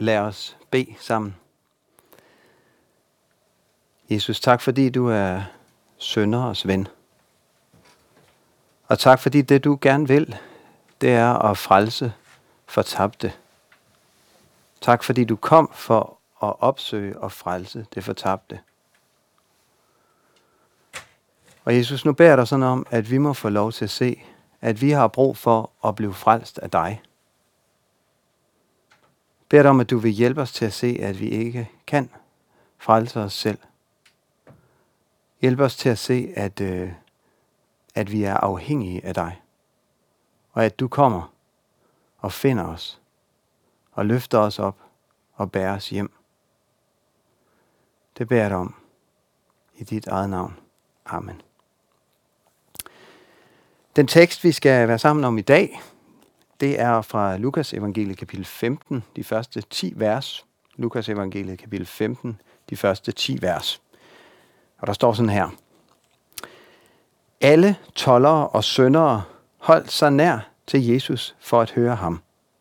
Lad os bede sammen. Jesus, tak fordi du er synderes ven. Og tak fordi det du gerne vil, det er at frelse fortabte. Tak fordi du kom for at opsøge og frelse det fortabte. Og Jesus, nu beder jeg dig sådan om, at vi må få lov til at se, at vi har brug for at blive frelst af dig. Jeg beder dig om, at du vil hjælpe os til at se, at vi ikke kan frelse os selv. Hjælp os til at se, at vi er afhængige af dig. Og at du kommer og finder os og løfter os op og bærer os hjem. Det beder jeg dig om i dit eget navn. Amen. Den tekst, vi skal være sammen om i dag, det er fra Lukas evangeliet kapitel 15, de første 10 vers. Lukas evangeliet kapitel 15, de første 10 vers. Og der står sådan her. Alle toldere og syndere holdt sig nær til Jesus for at høre ham.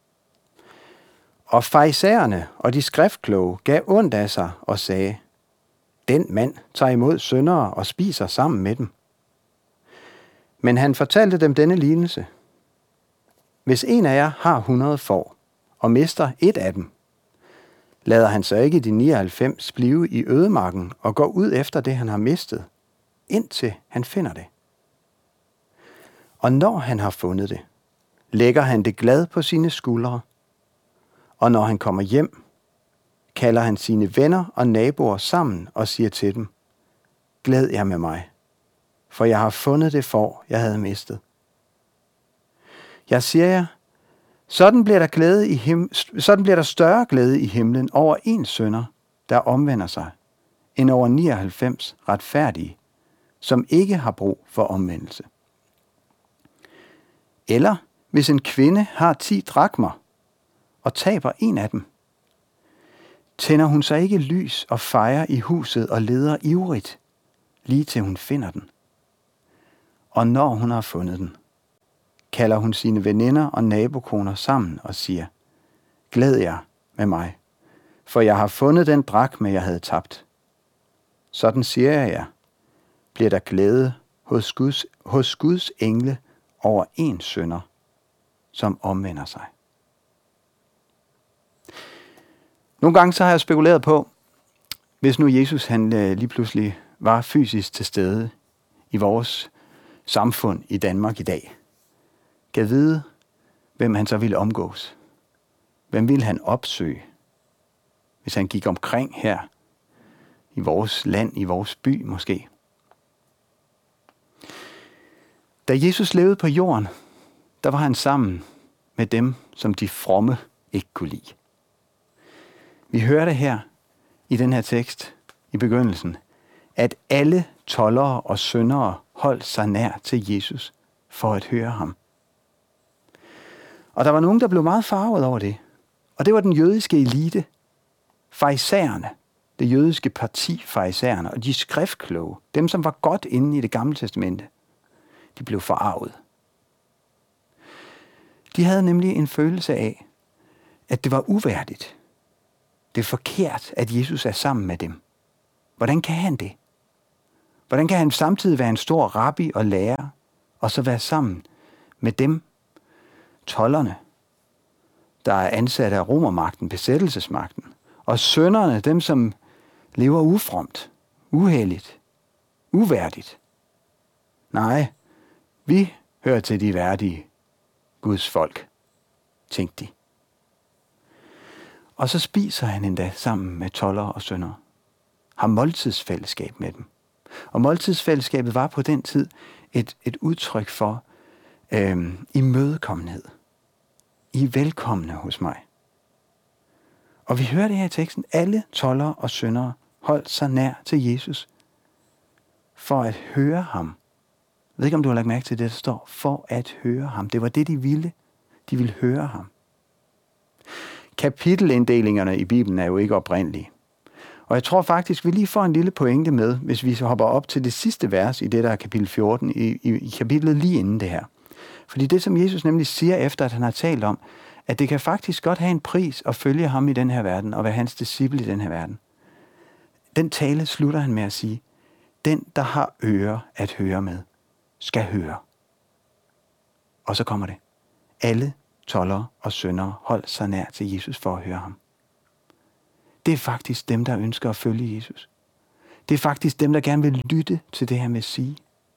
Og farisæerne og de skriftkloge gav ondt af sig og sagde, den mand tager imod syndere og spiser sammen med dem. Men han fortalte dem denne lignelse. Hvis en af jer har 100 får og mister et af dem, lader han så ikke de 99 blive i ødemarken og går ud efter det, han har mistet, indtil han finder det. Og når han har fundet det, lægger han det glad på sine skuldre, og når han kommer hjem, kalder han sine venner og naboer sammen og siger til dem, glæd jer med mig, for jeg har fundet det får, jeg havde mistet. Jeg siger jer, sådan bliver der større glæde i himlen over en synder, der omvender sig, end over 99 retfærdige, som ikke har brug for omvendelse. Eller hvis en kvinde har 10 drakmer og taber en af dem, tænder hun så ikke lys og fejrer i huset og leder ivrigt, lige til hun finder den. Og når hun har fundet den, kalder hun sine veninder og nabokoner sammen og siger, glæd jer med mig, for jeg har fundet den drakme, jeg havde tabt. Sådan siger jeg jer, bliver der glæde hos Guds engle over en synder, som omvender sig. Nogle gange så har jeg spekuleret på, hvis nu Jesus han lige pludselig var fysisk til stede i vores samfund i Danmark i dag, kan vide, hvem han så ville omgås. Hvem ville han opsøge, hvis han gik omkring her i vores land, i vores by måske. Da Jesus levede på jorden, der var han sammen med dem, som de fromme ikke kunne lide. Vi hørte her i den her tekst i begyndelsen, at alle toldere og syndere holdt sig nær til Jesus for at høre ham. Og der var nogen, der blev meget farvet over det. Og det var den jødiske elite, farisæerne, det jødiske parti farisæerne og de skriftkloge, dem som var godt inde i det gamle testamente, de blev forarvet. De havde nemlig en følelse af, at det var uværdigt. Det er forkert, at Jesus er sammen med dem. Hvordan kan han det? Hvordan kan han samtidig være en stor rabbi og lærer, og så være sammen med dem, tolderne, der er ansatte af romermagten, besættelsesmagten, og synderne, dem som lever ufromt, uhelligt, uværdigt. Nej, vi hører til de værdige Guds folk, tænkte de. Og så spiser han endda sammen med toldere og syndere. Har måltidsfællesskab med dem. Og måltidsfællesskabet var på den tid et udtryk for imødekommenhed. I er velkomne hos mig. Og vi hører det her i teksten. Alle toldere og syndere holdt sig nær til Jesus for at høre ham. Jeg ved ikke, om du har lagt mærke til det, der står. For at høre ham. Det var det, de ville. De ville høre ham. Kapitelinddelingerne i Bibelen er jo ikke oprindelige. Og jeg tror faktisk, vi lige får en lille pointe med, hvis vi så hopper op til det sidste vers i det, der er kapitel 14, i kapitlet lige inden det her. Fordi det, som Jesus nemlig siger efter, at han har talt om, at det kan faktisk godt have en pris at følge ham i den her verden, og være hans disciple i den her verden. Den tale slutter han med at sige, den, der har ører at høre med, skal høre. Og så kommer det. Alle toldere og syndere holdt sig nær til Jesus for at høre ham. Det er faktisk dem, der ønsker at følge Jesus. Det er faktisk dem, der gerne vil lytte til det her med at sige.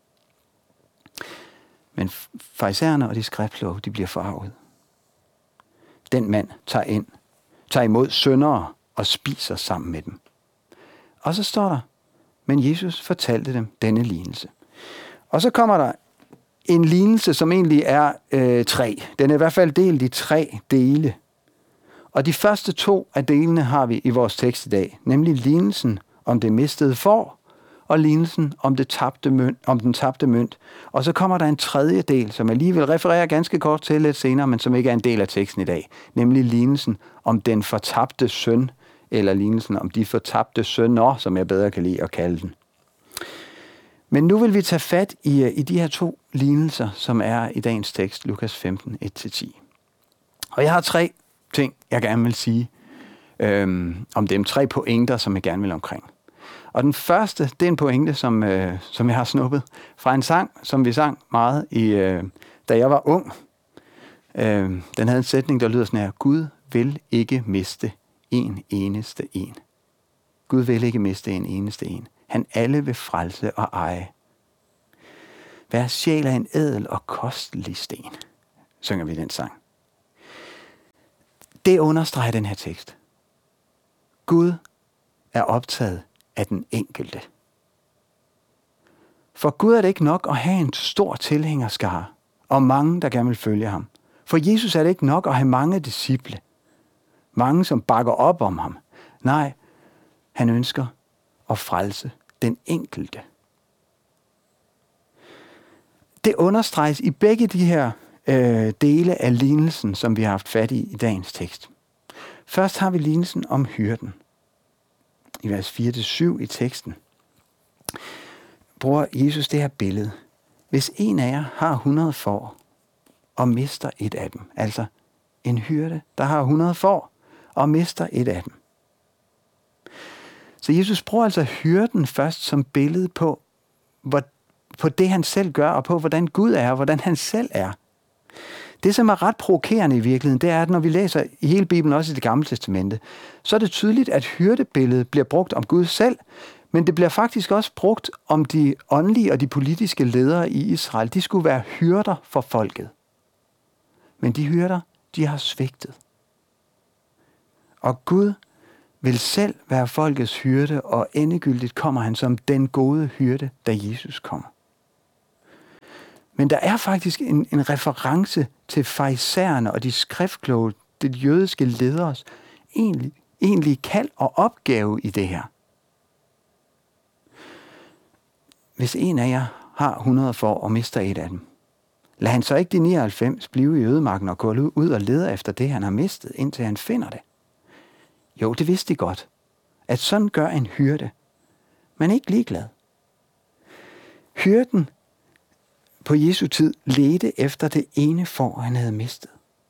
Men farisæerne og de skriftkloge, de bliver forarvet. Den mand tager imod syndere og spiser sammen med dem. Og så står der, men Jesus fortalte dem denne lignelse. Og så kommer der en lignelse, som egentlig er 3. Den er i hvert fald delt i 3 dele. Og de første 2 af delene har vi i vores tekst i dag, nemlig lignelsen om det mistede får, og lignelsen om den tabte mønt. Og så kommer der en 3. del, som jeg lige vil referere ganske kort til lidt senere, men som ikke er en del af teksten i dag, nemlig lignelsen om den fortabte søn, eller lignelsen om de fortabte sønner, som jeg bedre kan lide at kalde den. Men nu vil vi tage fat i de her 2 lignelser, som er i dagens tekst, Lukas 15, 1-10. Og jeg har 3 ting, jeg gerne vil sige om dem. 3 pointer, som jeg gerne vil omkring. Og den første, det er en pointe, som jeg har snuppet fra en sang, som vi sang meget, da jeg var ung. Den havde en sætning, der lyder sådan her. Gud vil ikke miste en eneste en. Gud vil ikke miste en eneste en. Han alle vil frelse og eje. Hver sjæl er en ædel og kostelig sten, synger vi den sang. Det understreger den her tekst. Gud er optaget af den enkelte. For Gud er det ikke nok at have en stor tilhængerskare og mange, der gerne vil følge ham. For Jesus er det ikke nok at have mange disciple. Mange, som bakker op om ham. Nej, han ønsker at frelse den enkelte. Det understreges i begge de her dele af lignelsen, som vi har haft fat i dagens tekst. Først har vi lignelsen om hyrden. I vers 4-7 i teksten bruger Jesus det her billede. Hvis en af jer har 100 får og mister et af dem, altså en hyrde, der har 100 får og mister et af dem. Så Jesus bruger altså hyrden først som billede på det, han selv gør, og på, hvordan Gud er, og hvordan han selv er. Det, som er ret provokerende i virkeligheden, det er, at når vi læser i hele Bibelen, også i Det Gamle Testamente, så er det tydeligt, at hyrdebilledet bliver brugt om Gud selv, men det bliver faktisk også brugt om de åndelige og de politiske ledere i Israel. De skulle være hyrder for folket. Men de hyrder, de har svigtet. Og Gud vil selv være folkets hyrde, og endegyldigt kommer han som den gode hyrde, da Jesus kommer. Men der er faktisk en reference til farisæerne og de skriftkloge, de jødiske lederes egentlige kald og opgave i det her. Hvis en af jer har 100 får og mister et af dem, lad han så ikke de 99 blive i ødemarken og gå ud og lede efter det, han har mistet, indtil han finder det. Jo, det vidste de godt, at sådan gør en hyrde, men ikke ligeglad. Hyrden på Jesu tid ledte efter det ene får, han havde mistet.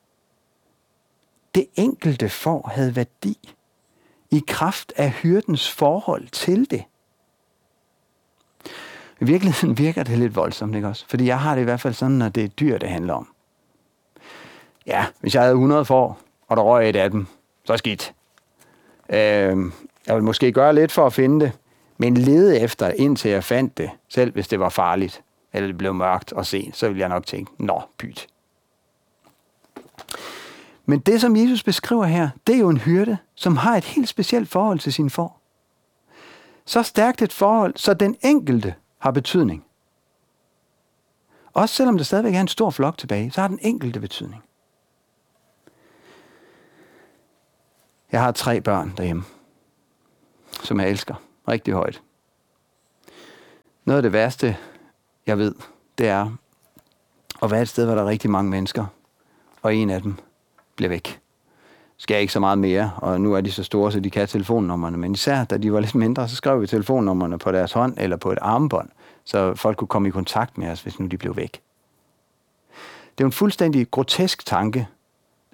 Det enkelte får havde værdi i kraft af hyrdens forhold til det. I virkeligheden virker det lidt voldsomt, ikke også? Fordi jeg har det i hvert fald sådan, når det er dyr, det handler om. Ja, hvis jeg havde 100 får, og der røg et af dem, så skidt. Jeg ville måske gøre lidt for at finde det, men lede efter, indtil jeg fandt det, selv hvis det var farligt, eller det blev mørkt og sent, så ville jeg nok tænke, nå, pyt. Men det, som Jesus beskriver her, det er jo en hyrde, som har et helt specielt forhold til sine får. Så stærkt et forhold, så den enkelte har betydning. Også selvom der stadigvæk er en stor flok tilbage, så har den enkelte betydning. Jeg har 3 børn derhjemme, som jeg elsker rigtig højt. Noget af det værste, jeg ved, det er at være et sted, hvor der er rigtig mange mennesker, og en af dem bliver væk. Skal jeg ikke så meget mere, og nu er de så store, så de kan telefonnummerne, men især da de var lidt mindre, så skrev vi telefonnummerne på deres hånd eller på et armbånd, så folk kunne komme i kontakt med os, hvis nu de blev væk. Det er jo en fuldstændig grotesk tanke,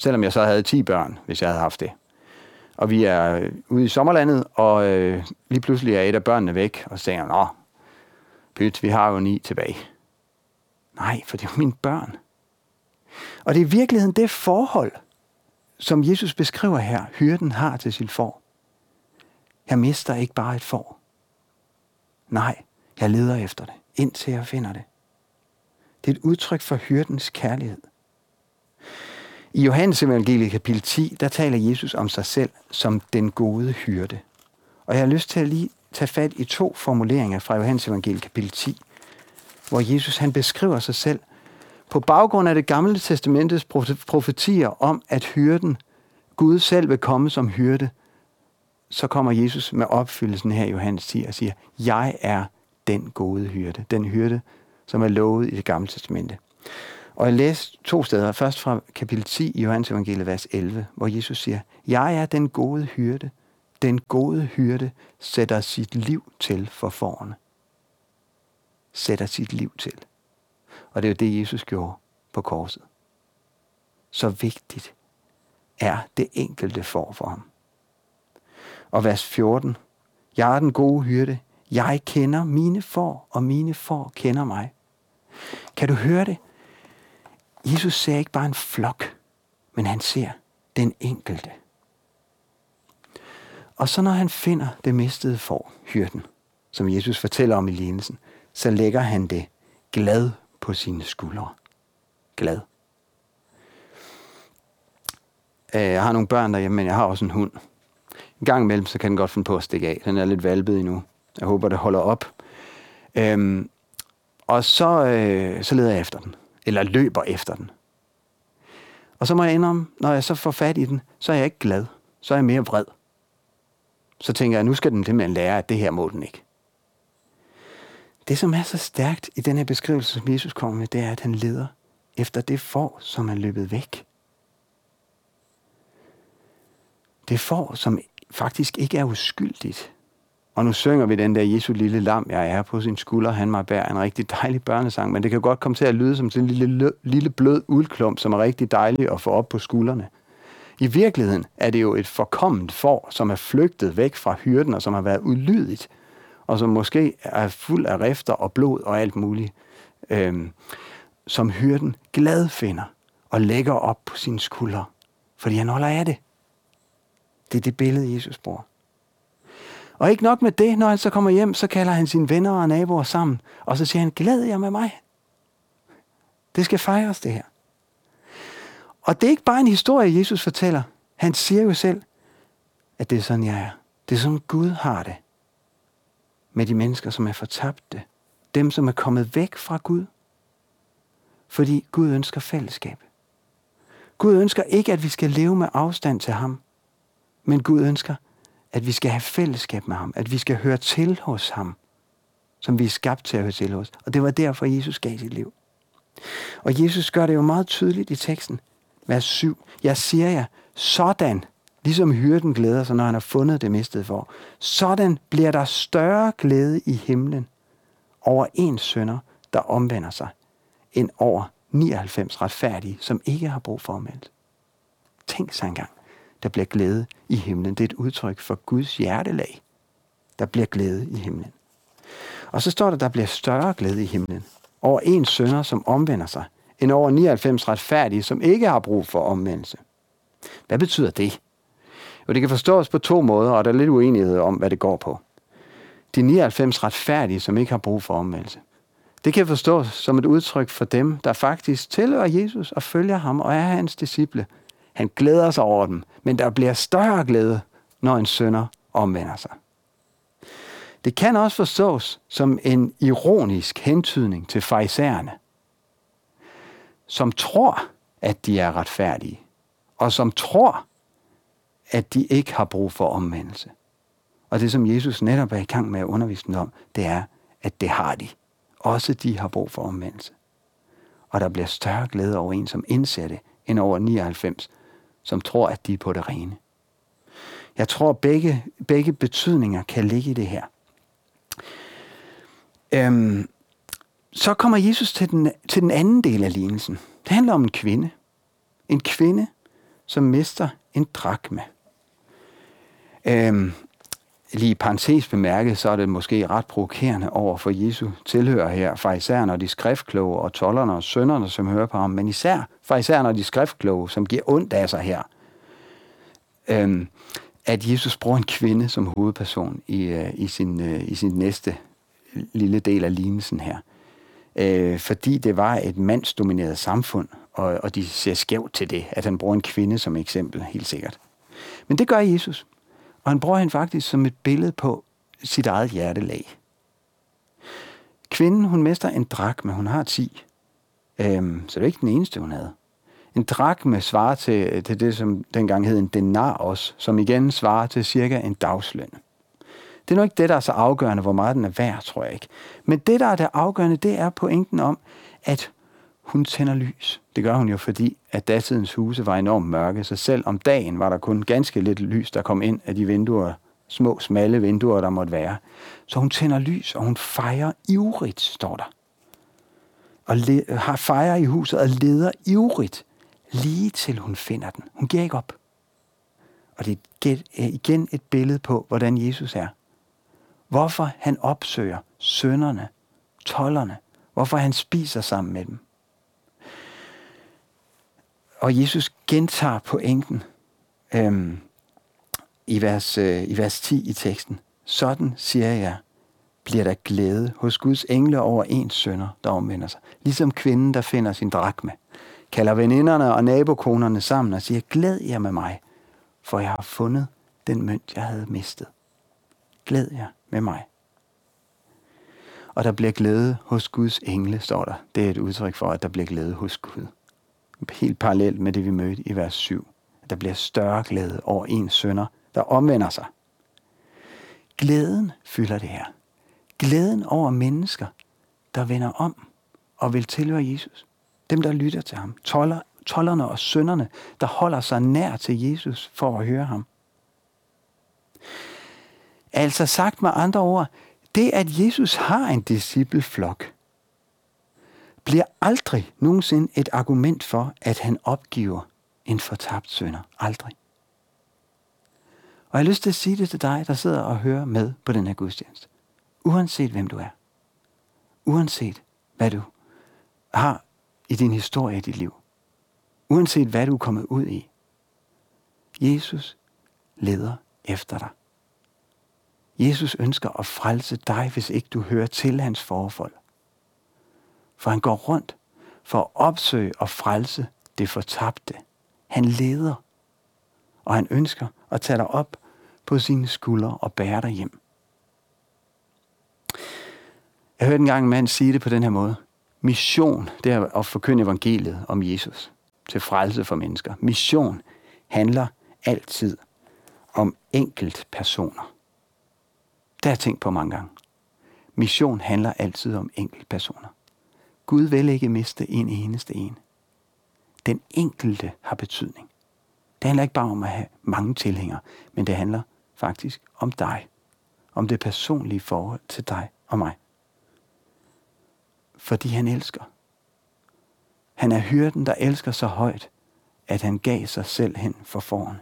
selvom jeg så havde 10 børn, hvis jeg havde haft det. Og vi er ude i sommerlandet, og lige pludselig er et af børnene væk, og så tænker jeg, nå, pyt, vi har jo 9 tilbage. Nej, for det er jo mine børn. Og det er i virkeligheden det forhold, som Jesus beskriver her, hyrden har til sit får. Jeg mister ikke bare et får. Nej, jeg leder efter det, indtil jeg finder det. Det er et udtryk for hyrdens kærlighed. I Johannes evangeliet kapitel 10, der taler Jesus om sig selv som den gode hyrde. Og jeg har lyst til at lige tage fat i 2 formuleringer fra Johannes evangeliet kapitel 10, hvor Jesus han beskriver sig selv på baggrund af det gamle testamentets profetier om, at hyrden, Gud selv vil komme som hyrde. Så kommer Jesus med opfyldelsen her i Johannes 10 og siger, jeg er den gode hyrde. Den hyrde, som er lovet i det gamle testamente. Og jeg læser 2 steder. Først fra kapitel 10 i Johannes evangeliet, vers 11, hvor Jesus siger, jeg er den gode hyrde. Den gode hyrde sætter sit liv til for fårene. Sætter sit liv til. Og det er jo det, Jesus gjorde på korset. Så vigtigt er det enkelte får for ham. Og vers 14. Jeg er den gode hyrde. Jeg kender mine får, og mine får kender mig. Kan du høre det? Jesus ser ikke bare en flok, men han ser den enkelte. Og så når han finder det mistede får, hyrden, som Jesus fortæller om i lignelsen, så lægger han det glad på sine skuldre. Glad. Jeg har nogle børn derhjemme, men jeg har også en hund. En gang imellem, så kan den godt finde på at stikke af. Den er lidt valpet endnu. Jeg håber, det holder op. Og så leder jeg efter den. Eller løber efter den. Og så må jeg indrømme, når jeg så får fat i den, så er jeg ikke glad. Så er jeg mere vred. Så tænker jeg, nu skal den simpelthen lære, at det her må den ikke. Det, som er så stærkt i den her beskrivelse, som Jesus kommer med, det er, at han leder efter det får, som er løbet væk. Det får, som faktisk ikke er uskyldigt. Og nu synger vi den der Jesu lille lam, jeg er på sin skulder, han mig bærer, en rigtig dejlig børnesang, men det kan godt komme til at lyde som sådan en lille blød uldklump, som er rigtig dejlig at få op på skuldrene. I virkeligheden er det jo et forkomment får, som er flygtet væk fra hyrden, og som har været ulydigt, og som måske er fuld af rifter og blod og alt muligt, som hyrden glad finder og lægger op på sine skuldre, fordi han holder af det. Det er det billede, Jesus bruger. Og ikke nok med det, når han så kommer hjem, så kalder han sine venner og naboer sammen, og så siger han, glæd jer med mig. Det skal fejres, det her. Og det er ikke bare en historie, Jesus fortæller. Han siger jo selv, at det er sådan, jeg er. Det er sådan, Gud har det. Med de mennesker, som er fortabte. Dem, som er kommet væk fra Gud. Fordi Gud ønsker fællesskab. Gud ønsker ikke, at vi skal leve med afstand til ham. Men Gud ønsker, at vi skal have fællesskab med ham. At vi skal høre til hos ham. Som vi er skabt til at høre til hos. Og det var derfor, Jesus gav sit liv. Og Jesus gør det jo meget tydeligt i teksten. Vers 7. Jeg siger jer, sådan, ligesom hyrden glæder sig, når han har fundet det mistede får, sådan bliver der større glæde i himlen over en synder, der omvender sig, end over 99 retfærdige, som ikke har brug for omvendelse. Tænk sig engang, der bliver glæde i himlen. Det er et udtryk for Guds hjertelag. Der bliver glæde i himlen. Og så står der bliver større glæde i himlen over en synder, som omvender sig, end over 99 retfærdige, som ikke har brug for omvendelse. Hvad betyder det? Jo, det kan forstås på 2 måder, og der er lidt uenighed om, hvad det går på. De 99 retfærdige, som ikke har brug for omvendelse. Det kan forstås som et udtryk for dem, der faktisk tilhører Jesus og følger ham og er hans disciple. Han glæder sig over dem, men der bliver større glæde, når en synder omvender sig. Det kan også forstås som en ironisk hentydning til farisæerne, som tror, at de er retfærdige, og som tror, at de ikke har brug for omvendelse. Og det, som Jesus netop er i gang med at undervise dem om, det er, at det har de. Også de har brug for omvendelse. Og der bliver større glæde over en, som indser det, end over 99, som tror, at de er på det rene. Jeg tror, begge betydninger kan ligge i det her. Så kommer Jesus til den anden del af lignelsen. Det handler om en kvinde. En kvinde, som mister en drakme. Lige i parentes bemærket, så er det måske ret provokerende over for Jesu tilhører her, farisæerne og de skriftkloge og tolderne og synderne, som hører på ham, men især farisæerne og de skriftkloge, som giver ondt af sig her. At Jesus bruger en kvinde som hovedperson i sin næste lille del af lignelsen her. Fordi det var et mandsdomineret samfund, og de ser skævt til det, at han bruger en kvinde som eksempel, helt sikkert. Men det gør Jesus, og han bruger hende faktisk som et billede på sit eget hjertelag. Kvinden, hun mister en drakme, hun har 10. Så det er ikke den eneste, hun havde. En drakme svarer til det, som dengang hed en denar også, som igen svarer til cirka en dagsløn. Det er nu ikke det, der er så afgørende, hvor meget den er værd, tror jeg ikke. Men det, der er det afgørende, det er pointen om, at hun tænder lys. Det gør hun jo, fordi at datidens huse var enormt mørke, så selv om dagen var der kun ganske lidt lys, der kom ind af de vinduer, små, smalle vinduer, der måtte være. Så hun tænder lys, og hun fejrer ivrigt, står der. Og har fejrer i huset og leder ivrigt, lige til hun finder den. Hun giver ikke op. Og det er igen et billede på, hvordan Jesus er. Hvorfor han opsøger synderne, tolderne. Hvorfor han spiser sammen med dem. Og Jesus gentager pointen i vers 10 i teksten. Sådan, siger jeg, bliver der glæde hos Guds engle over en synder, der omvender sig. Ligesom kvinden, der finder sin drakme, kalder veninderne og nabokonerne sammen og siger, glæd jer med mig, for jeg har fundet den mønt, jeg havde mistet. Glæd jer med mig. Og der bliver glæde hos Guds engle, står der. Det er et udtryk for, at der bliver glæde hos Gud. Helt parallelt med det, vi mødte i vers 7. At der bliver større glæde over en synder, der omvender sig. Glæden fylder det her. Glæden over mennesker, der vender om og vil tilhøre Jesus. Dem, der lytter til ham. Tolderne og synderne, der holder sig nær til Jesus for at høre ham. Altså sagt med andre ord, det at Jesus har en discipleflok, bliver aldrig nogensinde et argument for, at han opgiver en fortabt synder. Aldrig. Og jeg har lyst til at sige det til dig, der sidder og hører med på den her gudstjeneste. Uanset hvem du er. Uanset hvad du har i din historie i dit liv. Uanset hvad du er kommet ud i. Jesus leder efter dig. Jesus ønsker at frelse dig, hvis ikke du hører til hans forfold. For han går rundt for at opsøge og frelse det fortabte. Han leder, og han ønsker at tage dig op på sine skuldre og bære dig hjem. Jeg hørte engang en mand sige det på den her måde. Mission, det er at forkynde evangeliet om Jesus til frelse for mennesker. Mission handler altid om enkeltpersoner. Det har jeg tænkt på mange gange. Mission handler altid om enkeltpersoner. Gud vil ikke miste en eneste en. Den enkelte har betydning. Det handler ikke bare om at have mange tilhængere, men det handler faktisk om dig. Om det personlige forhold til dig og mig. Fordi han elsker. Han er hyrden, der elsker så højt, at han gav sig selv hen for fårene.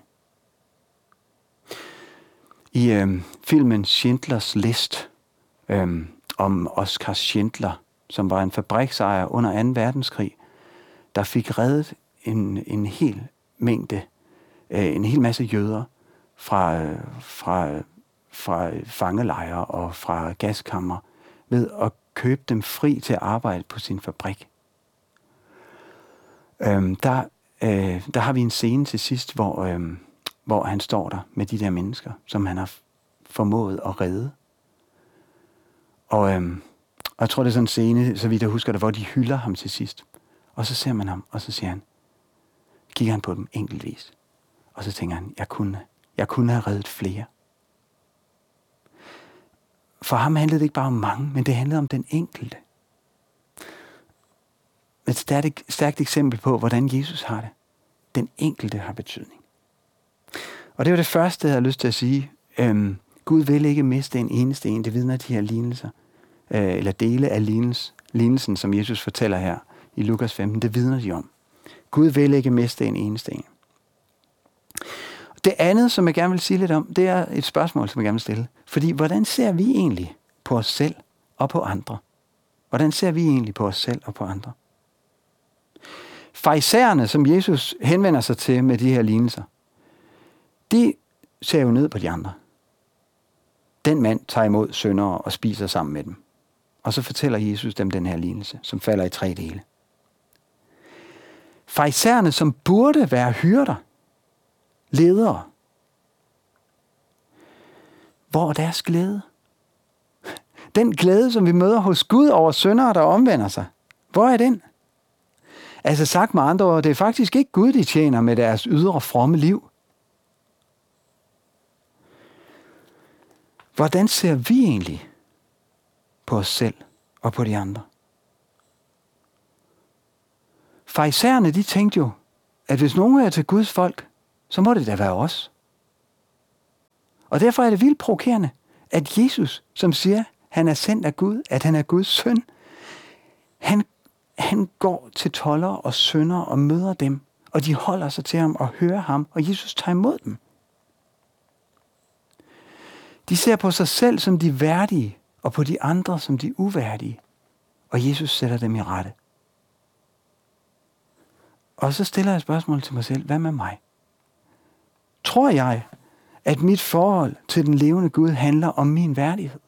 I filmen Schindlers List om Oskar Schindler, som var en fabriksejer under 2. verdenskrig, der fik reddet en hel masse jøder fra fangelejre og fra gaskammer ved at købe dem fri til at arbejde på sin fabrik. Der har vi en scene til sidst, hvor han står der med de der mennesker, som han har formået at redde. Og jeg tror, det er sådan en scene, så vidt jeg husker det, hvor de hylder ham til sidst. Og så ser man ham, og så siger han, kigger han på dem enkeltvis. Og så tænker han, jeg kunne have reddet flere. For ham handlede det ikke bare om mange, men det handlede om den enkelte. Et stærkt eksempel på, hvordan Jesus har det. Den enkelte har betydning. Og det var det første, jeg havde lyst til at sige. Gud vil ikke miste en eneste en. Det vidner de her lignelser. Eller dele af lignelsen, som Jesus fortæller her i Lukas 15. Det vidner de om. Gud vil ikke miste en eneste en. Det andet, som jeg gerne vil sige lidt om, det er et spørgsmål, som jeg gerne vil stille. Fordi hvordan ser vi egentlig på os selv og på andre? Hvordan ser vi egentlig på os selv og på andre? Farisæerne, som Jesus henvender sig til med de her lignelser, de ser jo ned på de andre. Den mand tager imod syndere og spiser sammen med dem. Og så fortæller Jesus dem den her lignelse, som falder i 3 dele. Farisæerne, som burde være hyrder, ledere. Hvor er deres glæde? Den glæde, som vi møder hos Gud over syndere, der omvender sig. Hvor er den? Altså sagt med andre ord, det er faktisk ikke Gud, de tjener med deres ydre fromme liv. Hvordan ser vi egentlig på os selv og på de andre? Farisæerne, de tænkte jo, at hvis nogen er til Guds folk, så må det da være os. Og derfor er det vildt provokerende, at Jesus, som siger, han er sendt af Gud, at han er Guds søn, han går til toldere og syndere og møder dem, og de holder sig til ham og hører ham, og Jesus tager imod dem. De ser på sig selv som de værdige, og på de andre som de uværdige, og Jesus sætter dem i rette. Og så stiller jeg spørgsmål til mig selv, hvad med mig? Tror jeg, at mit forhold til den levende Gud handler om min værdighed?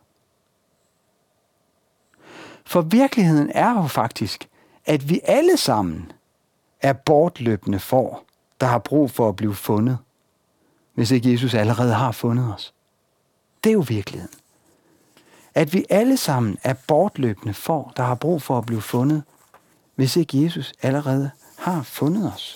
For virkeligheden er jo faktisk, at vi alle sammen er bortløbende får, der har brug for at blive fundet, hvis ikke Jesus allerede har fundet os. Det er jo virkeligheden. At vi alle sammen er bortløbende får, der har brug for at blive fundet, hvis ikke Jesus allerede har fundet os.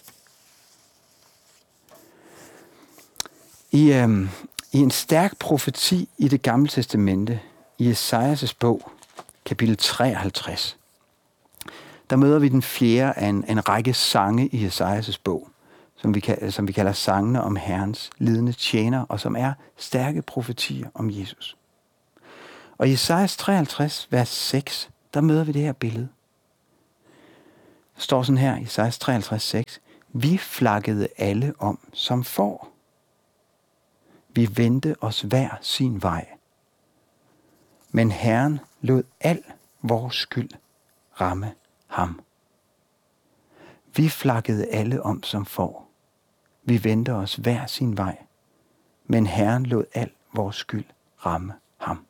I en stærk profeti i Det Gamle Testamente, i Esajas bog, kapitel 53, der møder vi den fjerde af en række sange i Esajas bog, som vi kalder sangene om Herrens lidende tjener, og som er stærke profetier om Jesus. Og i Esajas 53, vers 6, der møder vi det her billede. Der står sådan her i Esajas 53, 6. Vi flakkede alle om som får. Vi vendte os hver sin vej. Men Herren lod al vores skyld ramme ham. Vi flakkede alle om som får. Vi vendte os hver sin vej. Men Herren lod al vores skyld ramme ham.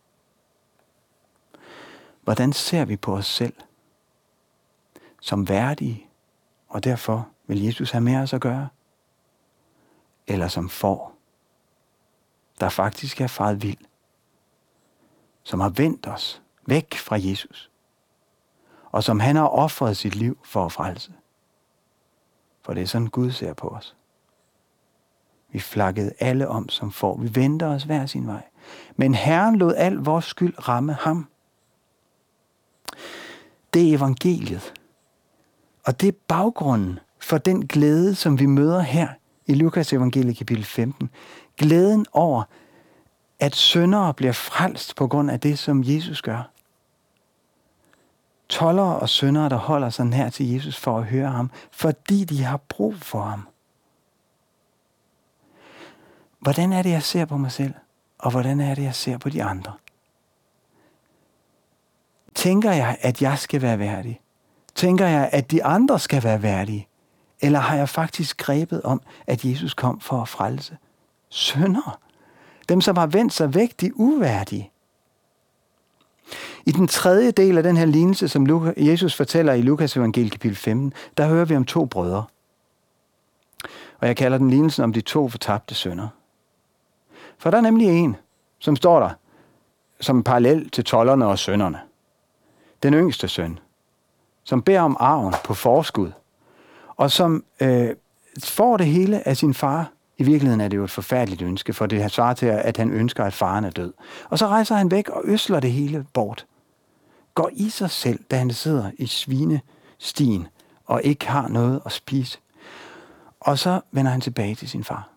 Hvordan ser vi på os selv? Som værdige, og derfor vil Jesus have med os at gøre? Eller som får, der faktisk er faret vild, som har vendt os væk fra Jesus, og som han har ofret sit liv for at frelse. For det er sådan Gud ser på os. Vi flakkede alle om som får. Vi vendte os hver sin vej. Men Herren lod al vores skyld ramme ham. Det er evangeliet. Og det er baggrunden for den glæde, som vi møder her i Lukas evangeliet kapitel 15. Glæden over, at syndere bliver frelst på grund af det, som Jesus gør. Toldere og syndere, der holder sig nær til Jesus for at høre ham, fordi de har brug for ham. Hvordan er det, jeg ser på mig selv? Og hvordan er det, jeg ser på de andre? Tænker jeg, at jeg skal være værdig? Tænker jeg, at de andre skal være værdige? Eller har jeg faktisk grebet om, at Jesus kom for at frelse syndere? Dem, som har vendt sig væk, de uværdige. I den tredje del af den her lignelse, som Jesus fortæller i Lukas evangeliet kapitel 15, der hører vi om 2 brødre. Og jeg kalder den lignelsen om de 2 fortabte sønner. For der er nemlig en, som står der som en parallel til tolderne og synderne. Den yngste søn, som beder om arven på forskud, og som får det hele af sin far. I virkeligheden er det jo et forfærdeligt ønske, for det svarer til, at han ønsker, at faren er død. Og så rejser han væk og øsler det hele bort. Går i sig selv, da han sidder i svinestien og ikke har noget at spise. Og så vender han tilbage til sin far.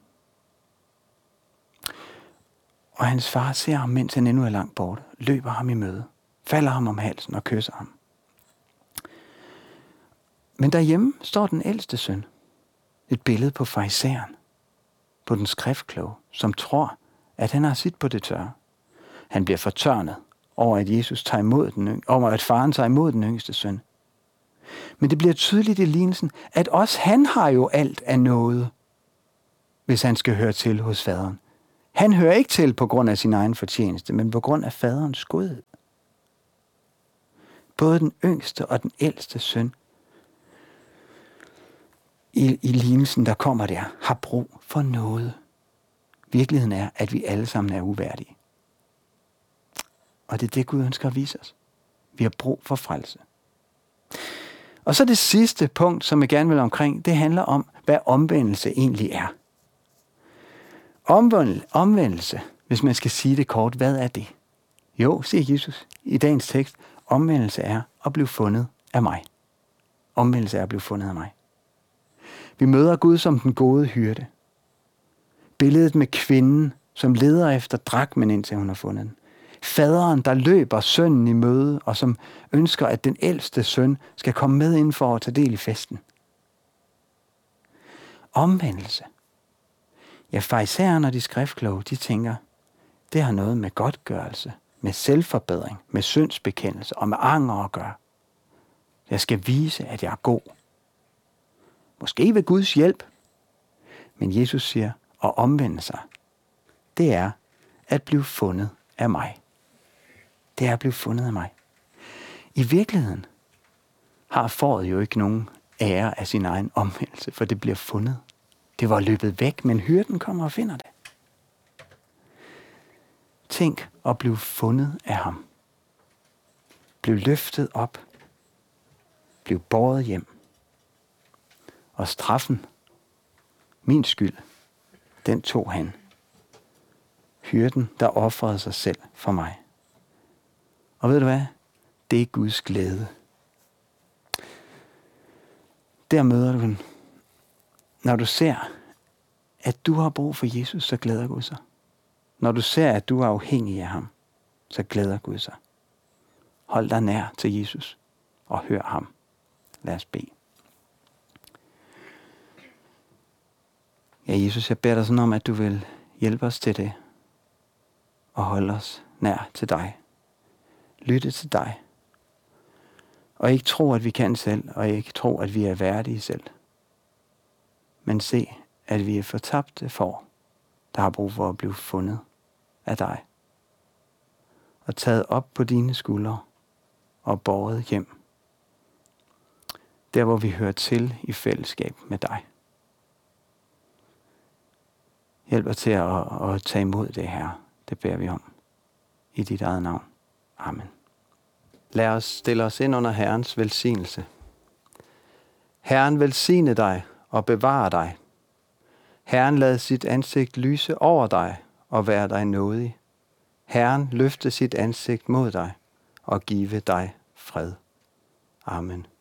Og hans far ser ham, mens han endnu er langt borte, løber ham i møde, falder ham om halsen og kysser ham. Men derhjemme står den ældste søn. Et billede på farisæeren. på den skriftkloge, som tror, at han har sit på det tørre. Han bliver fortørnet over, at Jesus tager imod over at faren tager imod den yngste søn. Men det bliver tydeligt i lignelsen, at også han har jo alt af noget, hvis han skal høre til hos faderen. Han hører ikke til på grund af sin egen fortjeneste, men på grund af faderens godhed. Både den yngste og den ældste søn i lignelsen, der kommer der, har brug for noget. Virkeligheden er, at vi alle sammen er uværdige. Og det er det, Gud ønsker at vise os. Vi har brug for frelse. Og så det sidste punkt, som jeg gerne vil omkring, det handler om, hvad omvendelse egentlig er. Omvendelse, hvis man skal sige det kort, hvad er det? Jo, siger Jesus i dagens tekst, omvendelse er at blive fundet af mig. Omvendelse er at blive fundet af mig. Vi møder Gud som den gode hyrde. Billedet med kvinden, som leder efter drakmen, indtil hun har fundet den. Faderen, der løber sønnen i møde, og som ønsker, at den ældste søn skal komme med ind for at tage del i festen. Omvendelse. Ja, farisæerne og de skriftkloge, de tænker, det har noget med godtgørelse, med selvforbedring, med syndsbekendelse og med anger at gøre. Jeg skal vise, at jeg er god. Måske ved Guds hjælp. Men Jesus siger, at omvende sig, det er at blive fundet af mig. Det er at blive fundet af mig. I virkeligheden har fåret jo ikke nogen ære af sin egen omvendelse, for det bliver fundet. Det var løbet væk, men hyrden kommer og finder det. Tænk at blive fundet af ham. Bliv løftet op. Bliv båret hjem. Og straffen, min skyld, den tog han. Hyrden, der ofrede sig selv for mig. Og ved du hvad? Det er Guds glæde. Der møder du den. Når du ser, at du har brug for Jesus, så glæder Gud sig. Når du ser, at du er afhængig af ham, så glæder Gud sig. Hold dig nær til Jesus og hør ham. Lad os bede. Ja, Jesus, jeg beder dig sådan om, at du vil hjælpe os til det og holde os nær til dig. Lytte til dig. Og ikke tro, at vi kan selv, og ikke tro, at vi er værdige selv. Men se, at vi er fortabte får, der har brug for at blive fundet af dig. Og taget op på dine skuldre og båret hjem. Der, hvor vi hører til i fællesskab med dig. Hjælp os til at tage imod det her. Det beder vi om. I dit eget navn. Amen. Lad os stille os ind under Herrens velsignelse. Herren velsigne dig og bevare dig. Herren lad sit ansigt lyse over dig og være dig nådig. Herren løfte sit ansigt mod dig og give dig fred. Amen.